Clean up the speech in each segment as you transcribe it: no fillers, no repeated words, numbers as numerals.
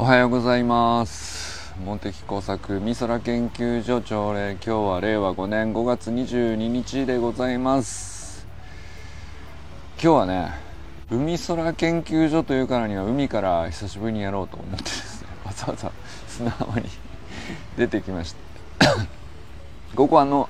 おはようございます。茂木工作海空研究所朝礼、今日は令和5年5月22日でございます。今日はね、海空研究所というからには海から久しぶりにやろうと思ってですね、わざわざ砂浜に出てきました。ここ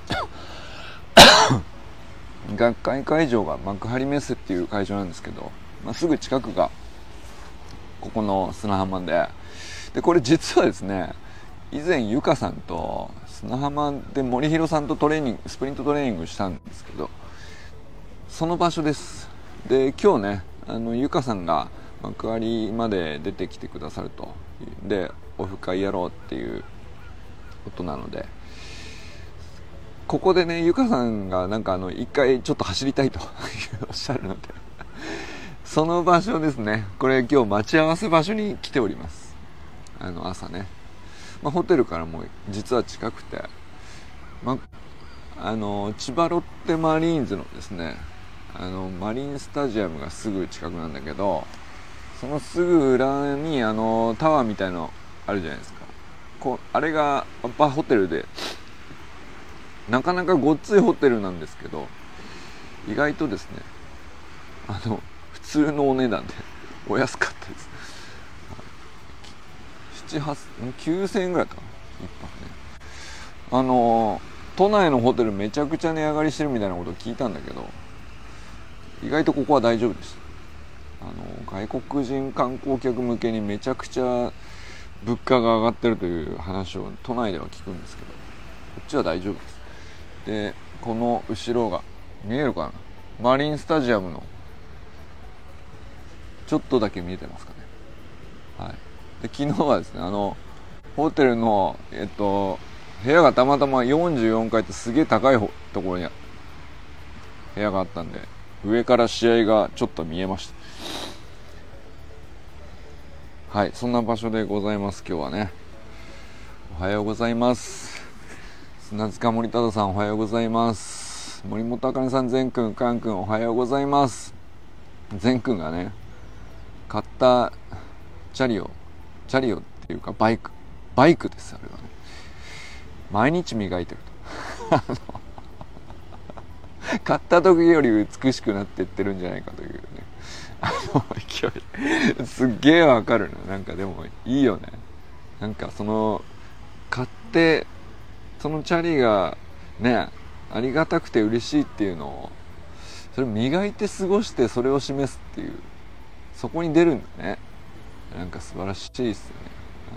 学会会場が幕張メッセっていう会場なんですけど、すぐ近くがここの砂浜で、これ実はですね、以前ゆかさんと砂浜で森弘さんとスプリントトレーニングしたんですけど、その場所です。で、今日ね、ゆかさんが幕張まで出てきてくださると。で、オフ会やろうっていうことなので、ここでね、ゆかさんが一回ちょっと走りたいとおっしゃるのでその場所ですね。これ今日待ち合わせ場所に来ております。朝ね、ホテルからも実は近くて、千葉ロッテマリーンズのですね、マリンスタジアムがすぐ近くなんだけど、そのすぐ裏にタワーみたいのあるじゃないですか。あれがアパホテルで、なかなかごっついホテルなんですけど、意外とですね、普通のお値段でお安かったです。9000円ぐらいかな、一泊ね。都内のホテルめちゃくちゃ値上がりしてるみたいなことを聞いたんだけど、意外とここは大丈夫でした。外国人観光客向けにめちゃくちゃ物価が上がってるという話を都内では聞くんですけど、こっちは大丈夫です。で、この後ろが見えるかな、マリンスタジアムのちょっとだけ見えてますかね。はい。で、昨日はですね、ホテルの部屋がたまたま44階ってすげえ高いところに部屋があったんで、上から試合がちょっと見えました。はい、そんな場所でございます。今日はね、おはようございます。砂塚森忠さん、おはようございます。森本あかねさん、善くん、かんくん、おはようございます。善くんがね、買ったチャリオっていうかバイクです。あれはね、毎日磨いてると買った時より美しくなっていってるんじゃないかというね、勢いすっげえわかるな。でもいいよね。買ってそのチャリがね、ありがたくて嬉しいっていうのを、それ磨いて過ごしてそれを示すっていう、そこに出るんだね。素晴らしいですよね。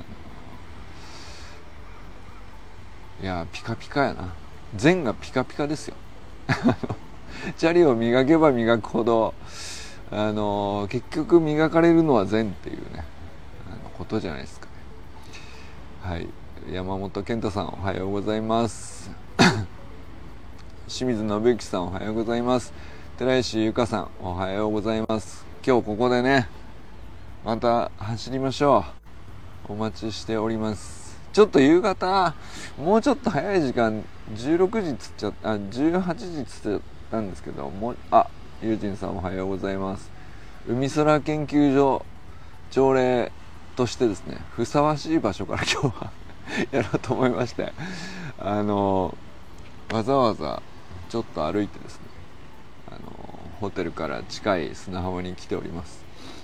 いやピカピカやな。善がピカピカですよチャリを磨けば磨くほど結局磨かれるのは善っていうね、ことじゃないですかね。はい、山本健太さん、おはようございます清水信之さん、おはようございます。寺石ゆかさん、おはようございます。今日ここでね、また走りましょう。お待ちしております。ちょっと夕方、もうちょっと早い時間、16時つっちゃった18時つっちゃったんですけど、ゆうじんさん、おはようございます。海空研究所朝礼としてですね、ふさわしい場所から今日はやろうと思いまして、わざわざちょっと歩いてですね、ホテルから近い砂浜に来ております。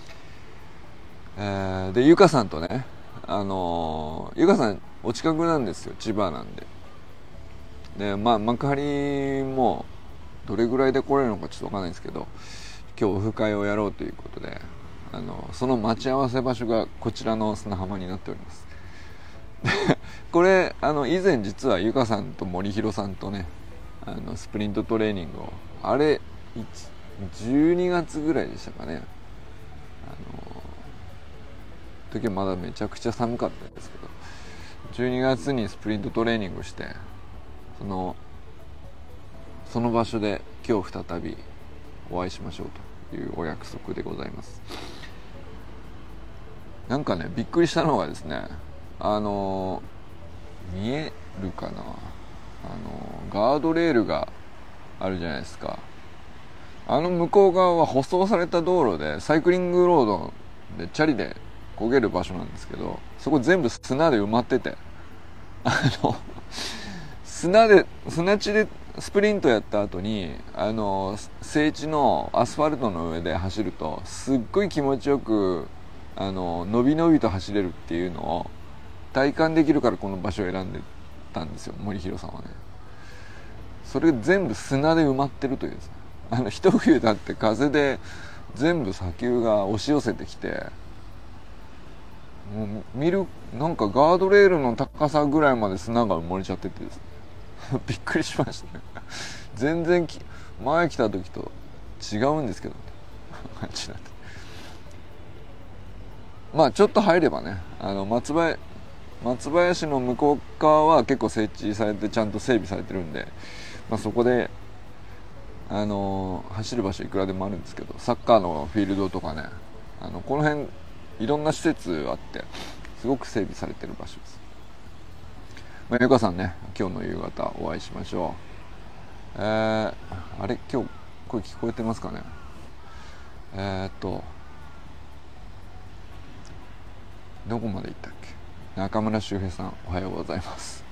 で、ゆかさんとね、ゆかさんお近くなんですよ。千葉なんで。で、幕張もどれぐらいで来れるのかちょっとわかんないんですけど、今日オフ会をやろうということで、その待ち合わせ場所がこちらの砂浜になっております。で、これ以前実はゆかさんと森弘さんとね、スプリントトレーニングを、あれ12月ぐらいでしたかね。時はまだめちゃくちゃ寒かったんですけど、12月にスプリントトレーニングして、その場所で今日再びお会いしましょうというお約束でございます。びっくりしたのがですね、見えるかな、ガードレールがあるじゃないですか。向こう側は舗装された道路で、サイクリングロードでチャリで焦げる場所なんですけど、そこ全部砂で埋まってて、砂地でスプリントやった後に整地のアスファルトの上で走るとすっごい気持ちよくのびのびと走れるっていうのを体感できるから、この場所を選んでたんですよ、森弘さんはね。それが全部砂で埋まってるというですね、一冬だって風で全部砂丘が押し寄せてきて、もうなんかガードレールの高さぐらいまで砂が埋もれちゃっててですねびっくりしましたね。全然前来た時と違うんですけど感じになって、まあちょっと入ればね、松林の向こう側は結構設置されてちゃんと整備されてるんで、まあ、そこで走る場所いくらでもあるんですけど、サッカーのフィールドとかね、この辺いろんな施設あってすごく整備されてる場所です。まあ、ゆかさんね、今日の夕方お会いしましょう。あれ、今日声聞こえてますかね。どこまで行ったっけ。中村修平さんおはようございます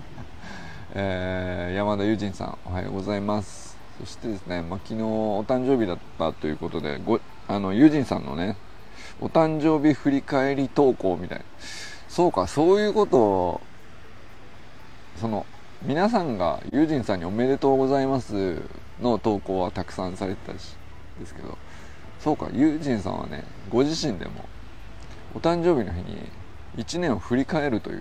山田友人さんおはようございます。そしてですね、昨日お誕生日だったということで、友人さんのねお誕生日振り返り投稿みたいな、そうか、そういうことを皆さんが友人さんにおめでとうございますの投稿はたくさんされてたしですけど、そうか、友人さんはねご自身でもお誕生日の日に1年を振り返るという、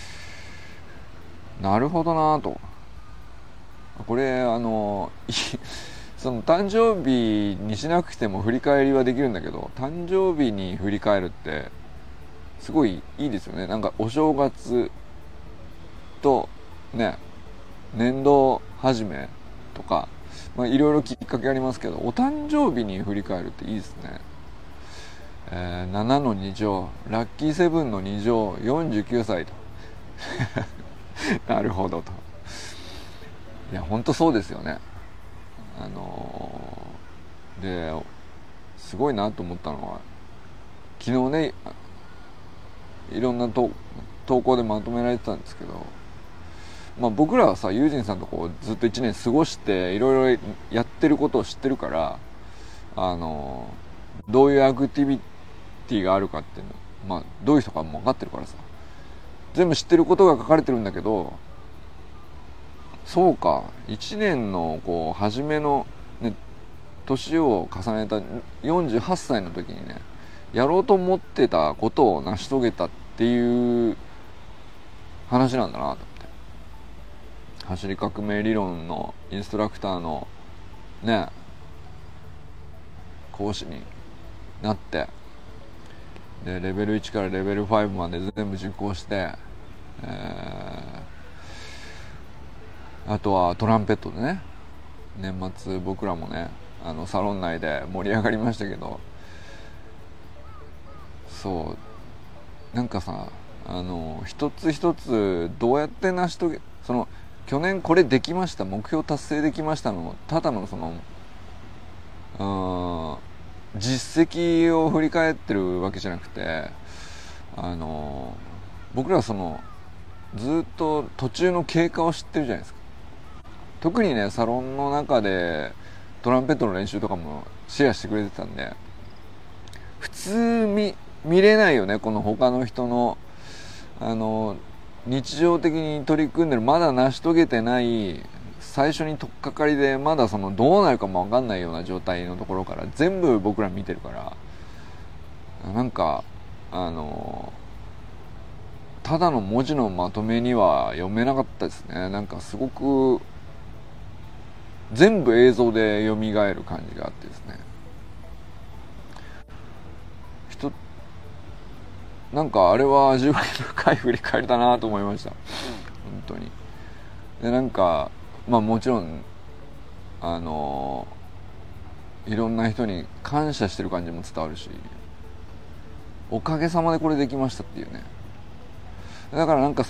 なるほどなと。これその誕生日にしなくても振り返りはできるんだけど、誕生日に振り返るってすごいいいですよね。なんかお正月とね、年度始めとか、いろいろきっかけありますけど、お誕生日に振り返るっていいですね。7の2乗、ラッキーセブンの2乗、49歳となるほどと。いや本当そうですよね。ですごいなと思ったのは、昨日ねいろんな投稿でまとめられてたんですけど、僕らはさ、友人さんとこうずっと1年過ごしていろいろやってることを知ってるから、どういうアクティビティがあるかっていうの、どういう人かも分かってるからさ、全部知ってることが書かれてるんだけど、そうか、1年のこう初めの、ね、年を重ねた48歳の時にね、やろうと思ってたことを成し遂げたっていう話なんだなと思って。走り革命理論のインストラクターのね講師になって、でレベル1からレベル5まで全部受講して、あとはトランペットでね、年末僕らもねサロン内で盛り上がりましたけど、そうなんかさ、一つ一つどうやって成し遂げ、去年これできました、目標達成できましたのただの実績を振り返ってるわけじゃなくて、僕らはずっと途中の経過を知ってるじゃないですか。特にね、サロンの中でトランペットの練習とかもシェアしてくれてたんで、普通見れないよね、この他の人の日常的に取り組んでる、まだ成し遂げてない最初に取っかかりで、まだどうなるかも分かんないような状態のところから全部僕ら見てるから、なんかただの文字のまとめには読めなかったですね。なんかすごく全部映像で蘇る感じがあってですね、なんかあれは味わい深い振り返りだなと思いました、本当に。でなんかもちろんいろんな人に感謝してる感じも伝わるし、おかげさまでこれできましたっていうね。だからなんか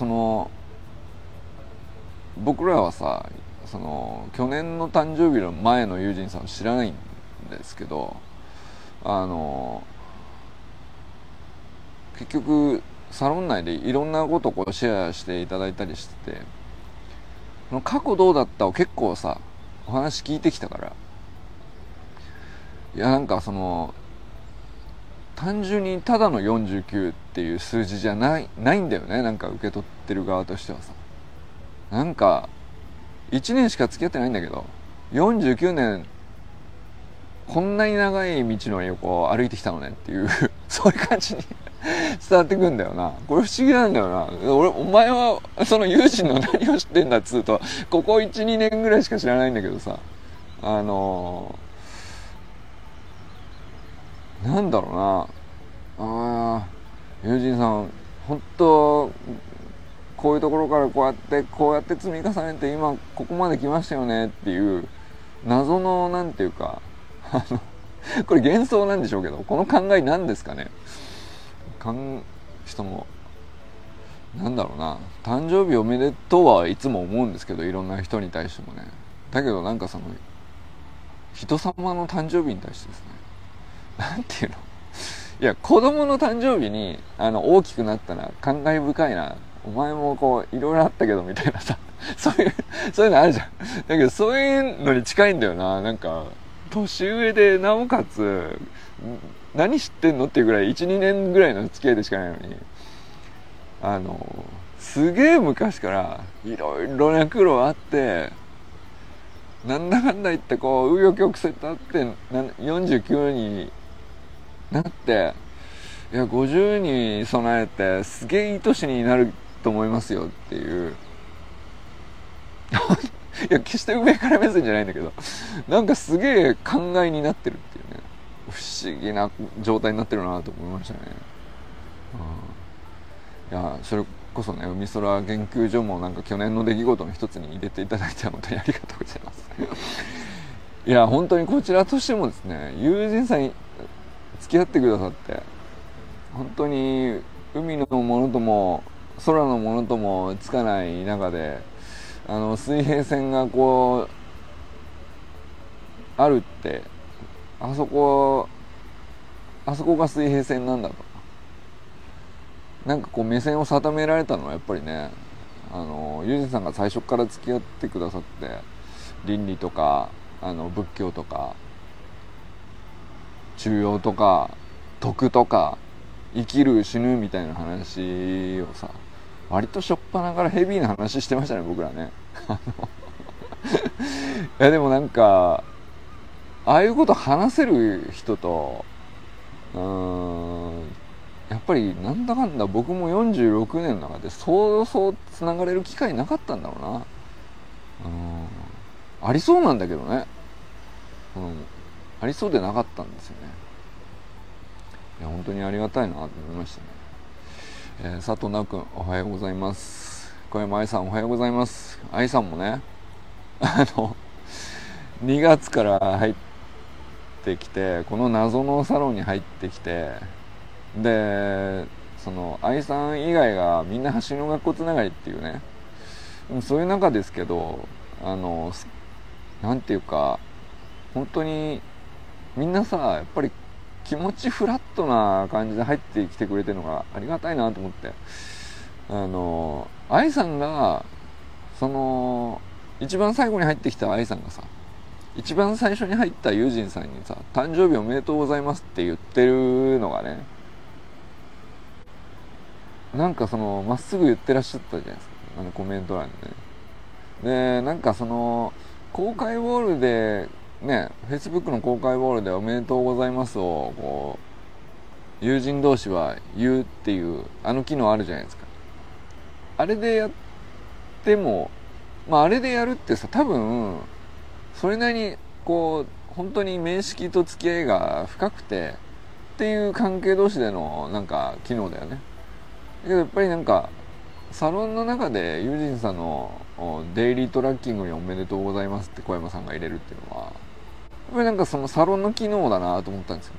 僕らはさ、去年の誕生日の前の友人さんを知らないんですけど、 結局サロン内でいろんなことをこうシェアしていただいたりしてて、その過去どうだったを結構さお話聞いてきたから、いやなんかその単純にただの49っていう数字じゃないんだよね。なんか受け取ってる側としてはさ、なんか1年しか付き合ってないんだけど49年こんなに長い道のりをこう歩いてきたのねっていうそういう感じに伝わってくんだよな。これ不思議なんだよな。お前はその友人の何を知ってんだっつうと、ここ 1,2 年ぐらいしか知らないんだけどさ、なんだろうな、友人さん本当こういうところからこうやって積み重ねて今ここまで来ましたよねっていう謎のなんていうかこれ幻想なんでしょうけど、この考えなんですかね。人もなんだろうな、誕生日おめでとうはいつも思うんですけど、いろんな人に対してもね。だけどなんかその人様の誕生日に対してですね、なんていうの、いや子供の誕生日に大きくなったな、感慨深いな、お前もこういろいろあったけどみたいなさそういうのあるじゃん。だけどそういうのに近いんだよな。なんか年上でなおかつ何知ってんのっていうぐらい 1,2 年ぐらいの付き合いでしかないのに、すげえ昔からいろいろな苦労あって、なんだかんだ言ってこう紆余曲折あって49になって、いや50に備えてすげえいい年になると思いますよっていういや決して上から目線じゃないんだけど、なんかすげえ考えになってるっていうね、不思議な状態になってるなと思いましたね。いやそれこそね、海空研究所もなんか去年の出来事の一つに入れていただいて本当にありがとうございますいや本当にこちらとしてもですね、友人さんに付き合ってくださって本当に海のものとも空のものともつかない中で、水平線がこうあるって、あそこが水平線なんだと、なんかこう目線を定められたのはやっぱりね、ユージさんが最初から付き合ってくださって、倫理とか仏教とか中庸とか徳とか生きる死ぬみたいな話をさ、割としょっぱなからヘビーな話してましたね僕らねいやでもなんかああいうこと話せる人とやっぱりなんだかんだ僕も46年の中でそうつながれる機会なかったんだろうな。ありそうなんだけどね、ありそうでなかったんですよね。いや本当にありがたいなと思いましたね。佐藤直君おはようございます。小山愛さんおはようございます。愛さんもね2月から入ってきて、この謎のサロンに入ってきて、でその愛さん以外がみんな橋の学校つながりっていうね、そういう中ですけど、なんていうか本当にみんなさ、やっぱり気持ちフラットな感じで入ってきてくれてるのがありがたいなと思って、愛さんがその一番最後に入ってきた愛さんがさ、一番最初に入った友人さんにさ、誕生日おめでとうございますって言ってるのがね、なんかそのまっすぐ言ってらっしゃったじゃないですか、コメント欄でね。でなんかその公開ウォールでね、Facebook の公開ウォールでおめでとうございますをこう友人同士は言うっていう機能あるじゃないですか。あれでやっても、あれでやるってさ、多分それなりにこう本当に面識と付き合いが深くてっていう関係同士でのなんか機能だよね。だけどやっぱりなんかサロンの中で友人さんのデイリートラッキングにおめでとうございますって小山さんが入れるっていうのは、やっぱりなんかそのサロンの機能だなと思ったんですよ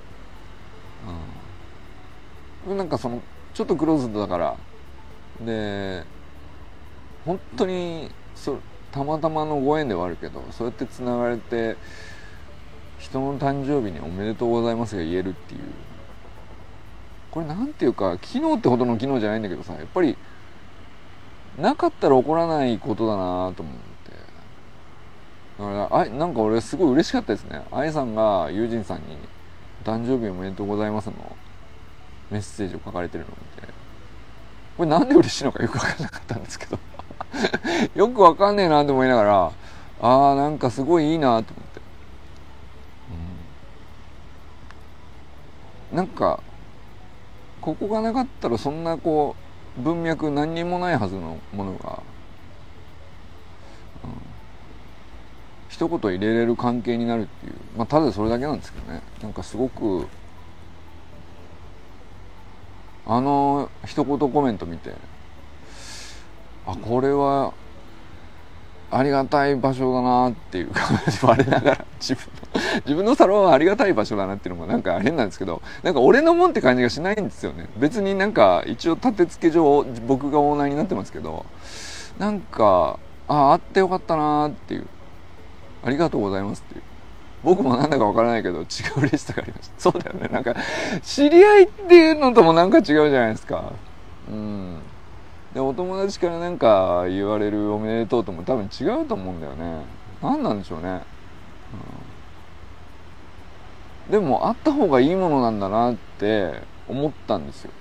ね。なんかそのちょっとクローズドだからで、本当にたまたまのご縁ではあるけど、そうやってつながれて人の誕生日におめでとうございますが言えるっていう、 これなんていうか昨日ってほどの昨日じゃないんだけどさ、やっぱりなかったら起こらないことだなと思って、だからなんか俺すごい嬉しかったですね。愛さんが友人さんに誕生日おめでとうございますのメッセージを書かれてるのを見て、これなんで嬉しいのかよく分からなかったんですけどよく分かんねえなと思いながら、なんかすごいいいなと思って、なんかここがなかったらそんなこう文脈何にもないはずのものが、一言入れれる関係になるっていう、ただそれだけなんですけどね。なんかすごく一言コメント見て、これはありがたい場所だなっていう感じ我ながら自分のサロンはありがたい場所だなっていうのもなんか変なんですけど、なんか俺のもんって感じがしないんですよね。別になんか一応立て付け上僕がオーナーになってますけど、なんかあってよかったなっていう、ありがとうございますっていう、僕もなんだかわからないけど違う嬉しさがありました。そうだよね、なんか知り合いっていうのともなんか違うじゃないですか。でお友達からなんか言われるおめでとうとも多分違うと思うんだよね。何なんでしょうね、でもあった方がいいものなんだなって思ったんですよ。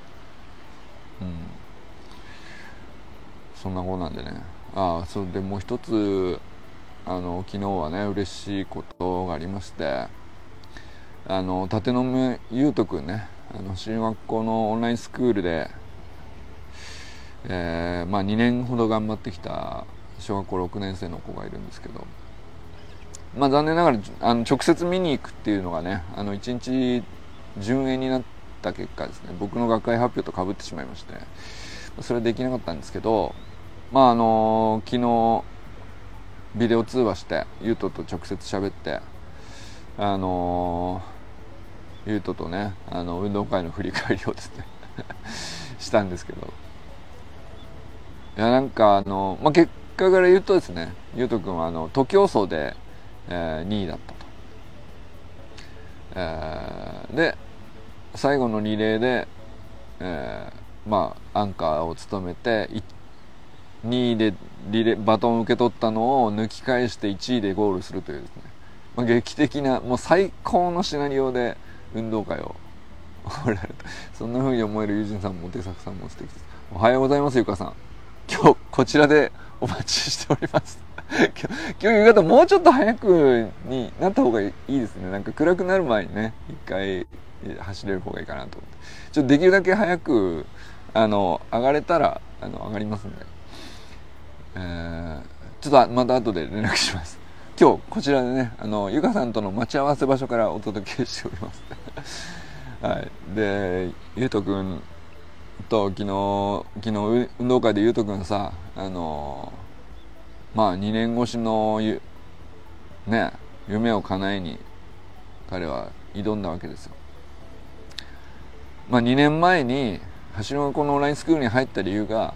そんなことなんでね。それでもう一つ昨日はね嬉しいことがありまして、立野優斗くんね、進学校のオンラインスクールで2年ほど頑張ってきた小学校6年生の子がいるんですけど、残念ながら直接見に行くっていうのがね、一日順延になった結果ですね、僕の学会発表とかぶってしまいまして、それはできなかったんですけど、昨日ビデオ通話してゆうとと直接喋って、ゆうととね運動会の振り返りをですねしたんですけど、いやなんか結果から言うとですね、ゆうとくんは徒競走で、2位だったと、で最後のリレーで、アンカーを務めて2位でバトンを受け取ったのを抜き返して1位でゴールするというですね、劇的なもう最高のシナリオで運動会を終えられた、そんな風に思える友人さんも手作さんも素敵です。おはようございます。ゆかさん、今日こちらでお待ちしております今日夕方もうちょっと早くになった方がいいですね。なんか暗くなる前にね一回走れる方がいいかなと思って、ちょっとできるだけ早く上がれたら上がりますんで、ちょっとまた後で連絡します。今日こちらでねゆかさんとの待ち合わせ場所からお届けしておりますはい、でゆうとくんと昨日運動会でゆうとくんさ2年越しの夢を叶えに彼は挑んだわけですよ。2年前に走りのこのオンラインスクールに入った理由が、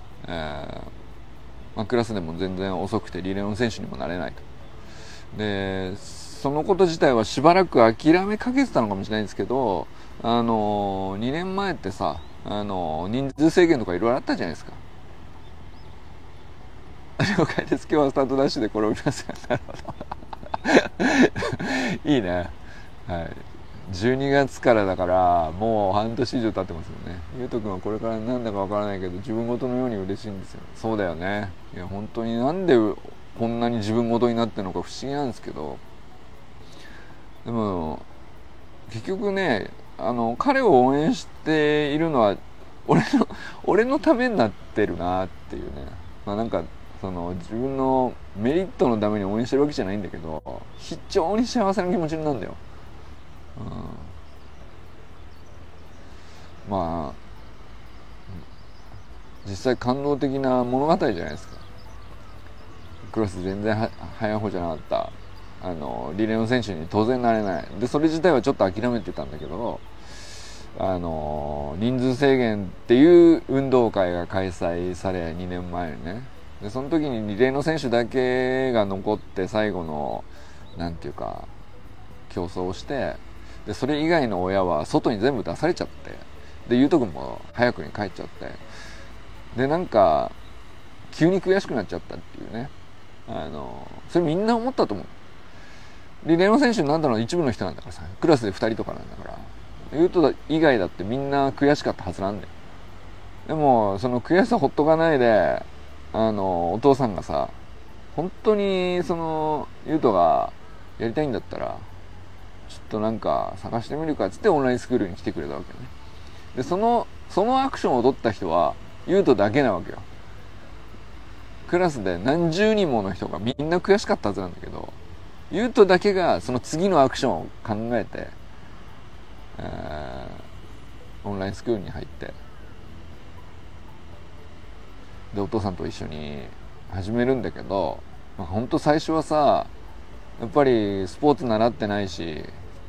クラスでも全然遅くてリレーの選手にもなれないと。でそのこと自体はしばらく諦めかけてたのかもしれないんですけど、2年前ってさ人数制限とかいろいろあったじゃないですか。了解です。今日はスタートダッシュでこれを見ますがなるほどいいね。はい、12月からだからもう半年以上経ってますよね。ゆうとくんはこれからなんだかわからないけど自分ごとのように嬉しいんですよ。そうだよね。いや本当になんでこんなに自分ごとになってるのか不思議なんですけど、でも結局ね彼を応援しているのは俺のためになってるなっていうね、なんかその自分のメリットのために応援してるわけじゃないんだけど、非常に幸せな気持ちになるんだよ。実際感動的な物語じゃないですか。クラス全然早い方じゃなかったリレーの選手に当然なれないで、それ自体はちょっと諦めてたんだけど、人数制限っていう運動会が開催され2年前にね、でその時にリレーの選手だけが残って最後のなんていうか競争をして、 でそれ以外の親は外に全部出されちゃって、でゆうとくんも早くに帰っちゃって、でなんか急に悔しくなっちゃったっていうね、それみんな思ったと思う。リレーの選手になったのは一部の人なんだからさ、クラスで2人とかなんだから、ゆうと以外だってみんな悔しかったはずなんだよ。でもその悔しさほっとかないで、お父さんがさ、本当にそのゆうとがやりたいんだったらちょっとなんか探してみるかっつってオンラインスクールに来てくれたわけね。でそのアクションを取った人はゆうとだけなわけよ。クラスで何十人もの人がみんな悔しかったはずなんだけど、ゆうとだけがその次のアクションを考えて、オンラインスクールに入って、でお父さんと一緒に始めるんだけど、ほんと最初はさ、やっぱりスポーツ習ってないし、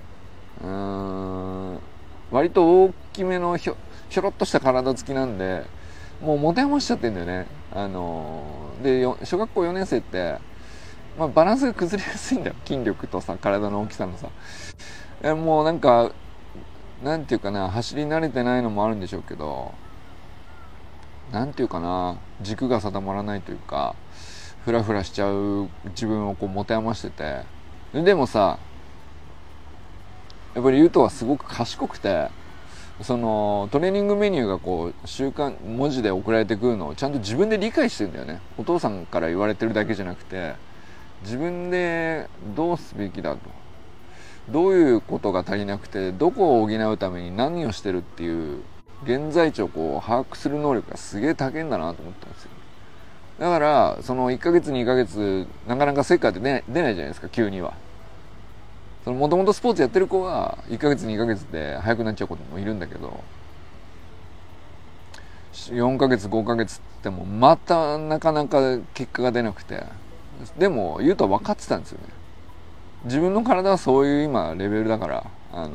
割と大きめのひょろっとした体つきなんで、もう持て余しちゃってんだよね。で小学校4年生って、バランスが崩れやすいんだよ、筋力とさ体の大きさのさ。もうなんかなんていうかな、走り慣れてないのもあるんでしょうけど、なんていうかな、軸が定まらないというか、フラフラしちゃう自分をこう持て余してて、でもさ、やっぱりゆうとはすごく賢くて、そのトレーニングメニューがこう習慣文字で送られてくるのをちゃんと自分で理解してるんだよね。お父さんから言われてるだけじゃなくて、自分でどうすべきだと、どういうことが足りなくてどこを補うために何をしてるっていう現在地をこう把握する能力がすげえ高いんだなと思ったんですよ。だからその1ヶ月2ヶ月なかなか成果って出ないじゃないですか、急には。もともとスポーツやってる子は1ヶ月2ヶ月で速くなっちゃう子もいるんだけど、4ヶ月5ヶ月ってもまたなかなか結果が出なくて、でもゆうとは分かってたんですよね。自分の体はそういう今レベルだから、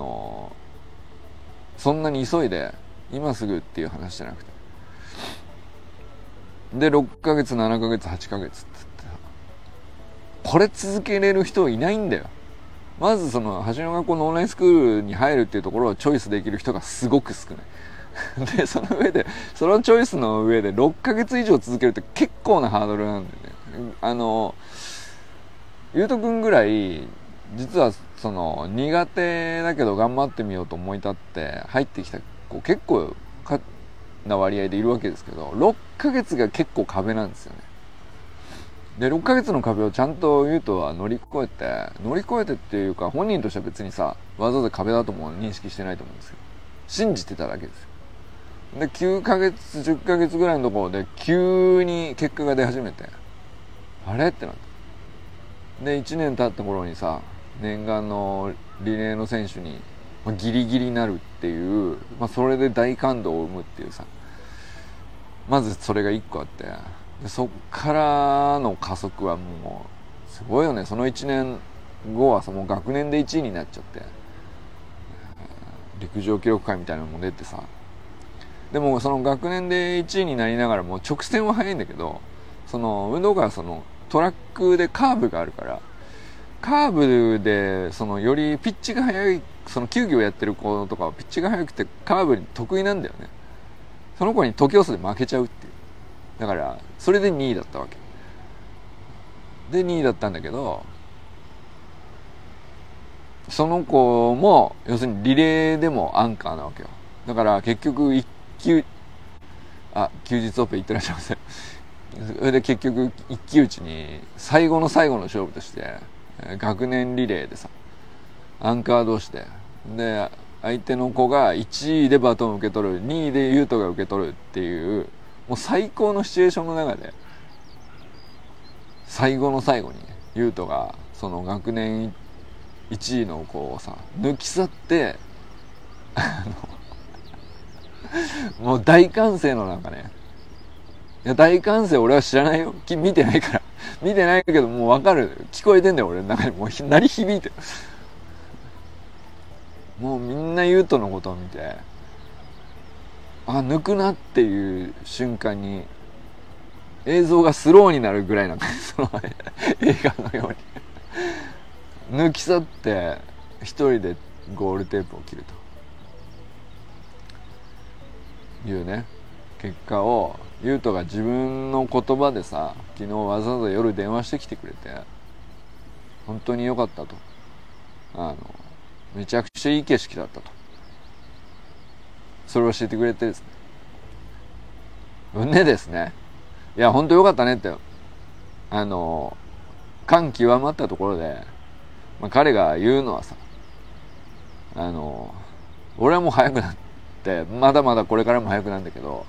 そんなに急いで今すぐっていう話じゃなくて、で6ヶ月7ヶ月8ヶ月って言って、これ続けれる人いないんだよ。まずその橋の学校のオンラインスクールに入るっていうところをチョイスできる人がすごく少ないでそのチョイスの上で6ヶ月以上続けるって結構なハードルなんだよね。ゆうとくんぐらい実はその苦手だけど頑張ってみようと思い立って入ってきた子結構な割合でいるわけですけど、6ヶ月が結構壁なんですよね。で6ヶ月の壁をちゃんとゆうとは乗り越えてっていうか、本人としては別にさわざわざ壁だとも認識してないと思うんですよ。信じてただけですよ。で9ヶ月10ヶ月ぐらいのところで急に結果が出始めて、あれってなって、で1年経った頃にさ、念願のリレーの選手にギリギリになるっていう、それで大感動を生むっていうさ、まずそれが1個あって、でそっからの加速はもうすごいよね。その1年後はさ、もう学年で1位になっちゃって、陸上記録会みたいなのも出てさ、でもその学年で1位になりながらも直線は速いんだけど、その運動会はそのトラックでカーブがあるから、カーブでそのよりピッチが速い、その球技をやってる子とかはピッチが速くてカーブに得意なんだよね。その子に徒競走で負けちゃうっていう。だからそれで2位だったわけで、2位だったんだけど、その子も要するにリレーでもアンカーなわけよ。だから結局休日オペ行ってらっしゃいませそれで結局一騎打ちに最後の最後の勝負として学年リレーでさ、アンカー同士で相手の子が1位でバトンを受け取る、2位でユウトが受け取るっていう、もう最高のシチュエーションの中で最後の最後にユウトがその学年1位の子をさ抜き去ってもう大歓声の中ね、いや大歓声俺は知らないよ、見てないから見てないけどもう分かる、聞こえてんだよ俺の中に、もう鳴り響いてるもうみんなユウトのことを見て、抜くなっていう瞬間に映像がスローになるぐらいなんかその映画のように抜き去って一人でゴールテープを切るというね結果をゆうとが自分の言葉でさ、昨日わざわざ夜電話してきてくれて、本当に良かったと、めちゃくちゃいい景色だったと、それを教えてくれてですね、でですね、いや本当良かったねって、感極まったところで、彼が言うのはさ、俺はもう早くなって、まだまだこれからも早くなんだけど、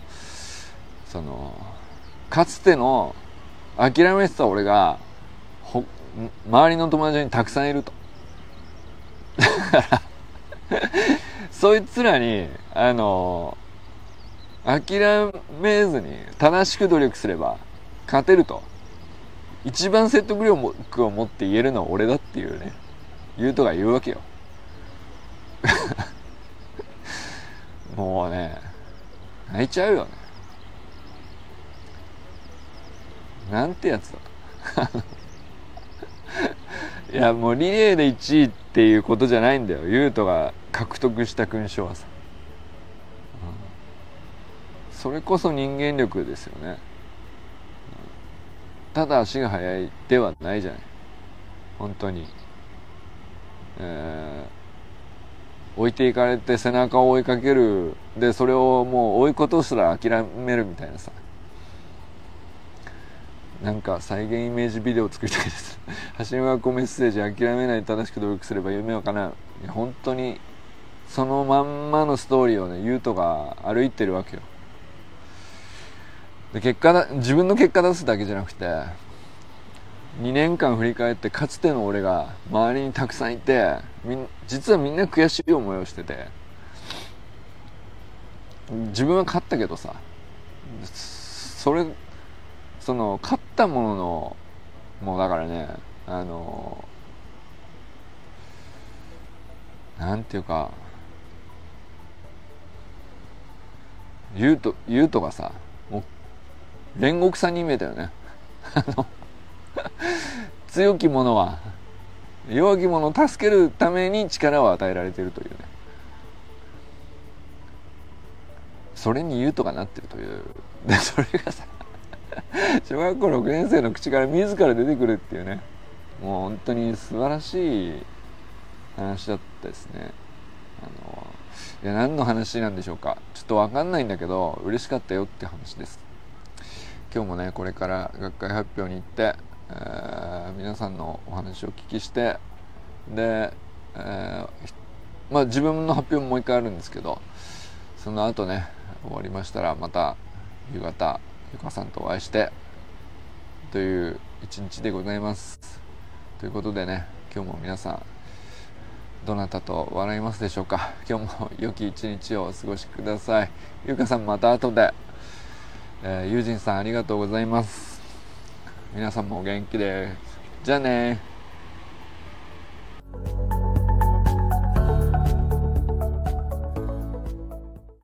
かつての諦めてた俺が周りの友達にたくさんいるとだからそいつらに諦めずに正しく努力すれば勝てると、一番説得力を持って言えるのは俺だっていうね、言うとが言うわけよもうね泣いちゃうよね、なんてやつだいやもうリレーで1位っていうことじゃないんだよ、ユウトが獲得した勲章はさ、それこそ人間力ですよね、ただ足が速いではないじゃない本当に、置いていかれて背中を追いかける、でそれをもう追いことすら諦めるみたいなさ、なんか再現イメージビデオ作りたいです橋の学校メッセージ、諦めないで正しく努力すれば夢は叶う。いや本当にそのまんまのストーリーをね、ユウトが歩いてるわけよ。で自分の結果出すだけじゃなくて、2年間振り返ってかつての俺が周りにたくさんいて、実はみんな悔しい思いをしてて、自分は勝ったけどさ、勝ったもののもうだからね、なんていうか、ユウトがさ、もう煉獄さんに見えたよね強き者は弱き者を助けるために力を与えられているというね、それにユウトがなってるという。でそれがさ小学校6年生の口から自ら出てくるっていうね、もう本当に素晴らしい話だったですね。いや何の話なんでしょうか、ちょっと分かんないんだけど嬉しかったよって話です。今日もねこれから学会発表に行って、皆さんのお話をお聞きして、で、自分の発表ももう一回あるんですけど、その後ね終わりましたらまた夕方ゆかさんとお会いしてという一日でございます。ということでね、今日も皆さんどなたと笑いますでしょうか。今日も良き一日をお過ごしください。ゆかさんまた後で、ゆうじんさんありがとうございます。皆さんもお元気で、じゃあね。